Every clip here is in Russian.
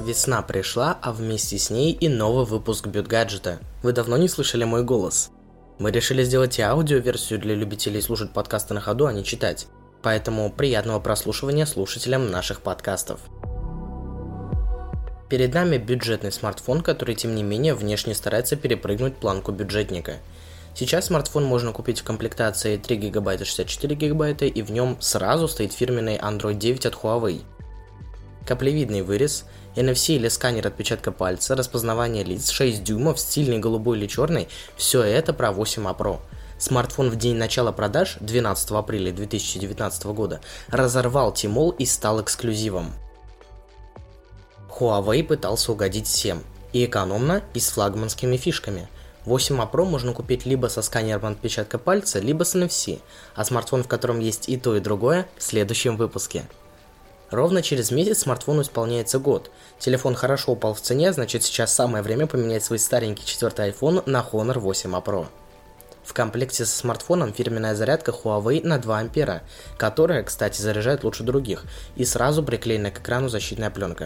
Весна пришла, а вместе с ней и новый выпуск Бютгаджета. Вы давно не слышали мой голос? Мы решили сделать и аудиоверсию для любителей слушать подкасты на ходу, а не читать. Поэтому приятного прослушивания слушателям наших подкастов. Перед нами бюджетный смартфон, который тем не менее внешне старается перепрыгнуть планку бюджетника. Сейчас смартфон можно купить в комплектации 3 ГБ и 64 ГБ, и в нем сразу стоит фирменный Android 9 от Huawei. Каплевидный вырез, NFC или сканер отпечатка пальца, распознавание лиц, 6 дюймов, стильный голубой или черный – все это про 8а Pro. Смартфон в день начала продаж, 12 апреля 2019 года, разорвал Тимол и стал эксклюзивом. Huawei пытался угодить всем, и экономно, и с флагманскими фишками. 8а Pro можно купить либо со сканером отпечатка пальца, либо с NFC, а смартфон, в котором есть и то, и другое, в следующем выпуске. Ровно через месяц смартфону исполняется год. Телефон хорошо упал в цене, значит сейчас самое время поменять свой старенький 4-й iPhone на Honor 8a Pro. В комплекте со смартфоном фирменная зарядка Huawei на 2 ампера, которая, кстати, заряжает лучше других, и сразу приклеена к экрану защитная пленка.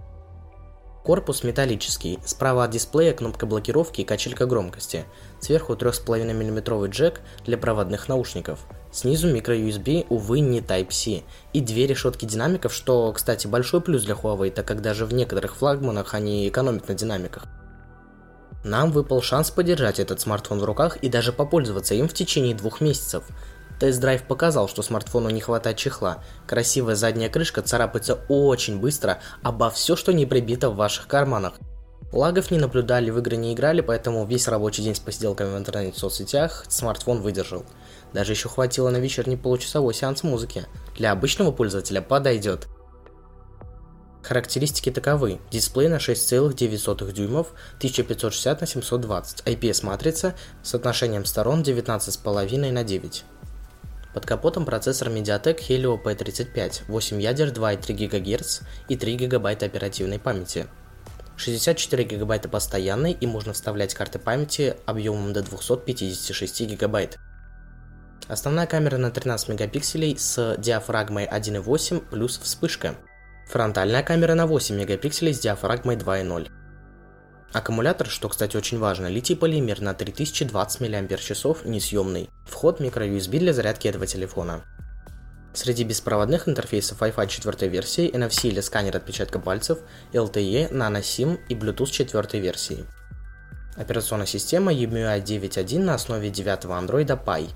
Корпус металлический, справа от дисплея кнопка блокировки и качелька громкости, сверху 3,5 мм джек для проводных наушников, снизу microUSB, увы, не Type-C, и две решетки динамиков, что, кстати, большой плюс для Huawei, так как даже в некоторых флагманах они экономят на динамиках. Нам выпал шанс подержать этот смартфон в руках и даже попользоваться им в течение 2 месяцев. Тест-драйв показал, что смартфону не хватает чехла, красивая задняя крышка царапается очень быстро обо все, что не прибито в ваших карманах. Лагов не наблюдали, в игры не играли, поэтому весь рабочий день с посиделками в интернете и соцсетях смартфон выдержал. Даже еще хватило на вечерний получасовой сеанс музыки. Для обычного пользователя подойдет. Характеристики таковы: дисплей на 6,9 дюймов 1560 на 720, IPS-матрица с соотношением сторон 19,5:9. Под капотом процессор MediaTek Helio P35, 8 ядер, 2,3 ГГц и 3 ГБ оперативной памяти. 64 ГБ постоянной, и можно вставлять карты памяти объемом до 256 ГБ. Основная камера на 13 мегапикселей с диафрагмой 1.8 плюс вспышка. Фронтальная камера на 8 мегапикселей с диафрагмой 2.0. Аккумулятор, что, кстати, очень важно, литий-полимер на 3020 мАч, несъемный. Вход microUSB для зарядки этого телефона. Среди беспроводных интерфейсов Wi-Fi 4 версии, NFC или сканер отпечатка пальцев, LTE, Nano SIM и Bluetooth 4 версии. Операционная система EMUI 9.1 на основе 9-го Android Pie.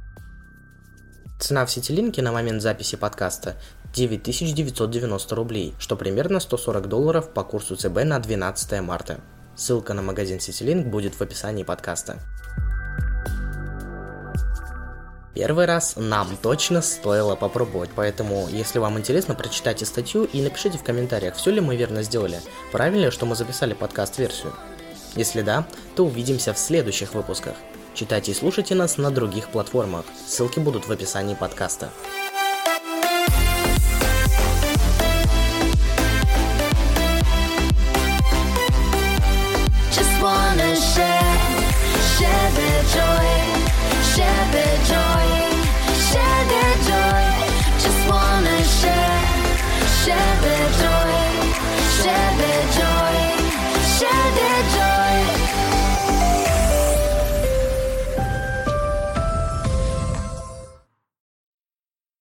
Цена в Ситилинке на момент записи подкаста 9990 рублей, что примерно $140 по курсу ЦБ на 12 марта. Ссылка на магазин Ситилинк будет в описании подкаста. Первый раз нам точно стоило попробовать, поэтому, если вам интересно, прочитайте статью и напишите в комментариях, все ли мы верно сделали, правильно ли, что мы записали подкаст-версию. Если да, то увидимся в следующих выпусках. Читайте и слушайте нас на других платформах, ссылки будут в описании подкаста.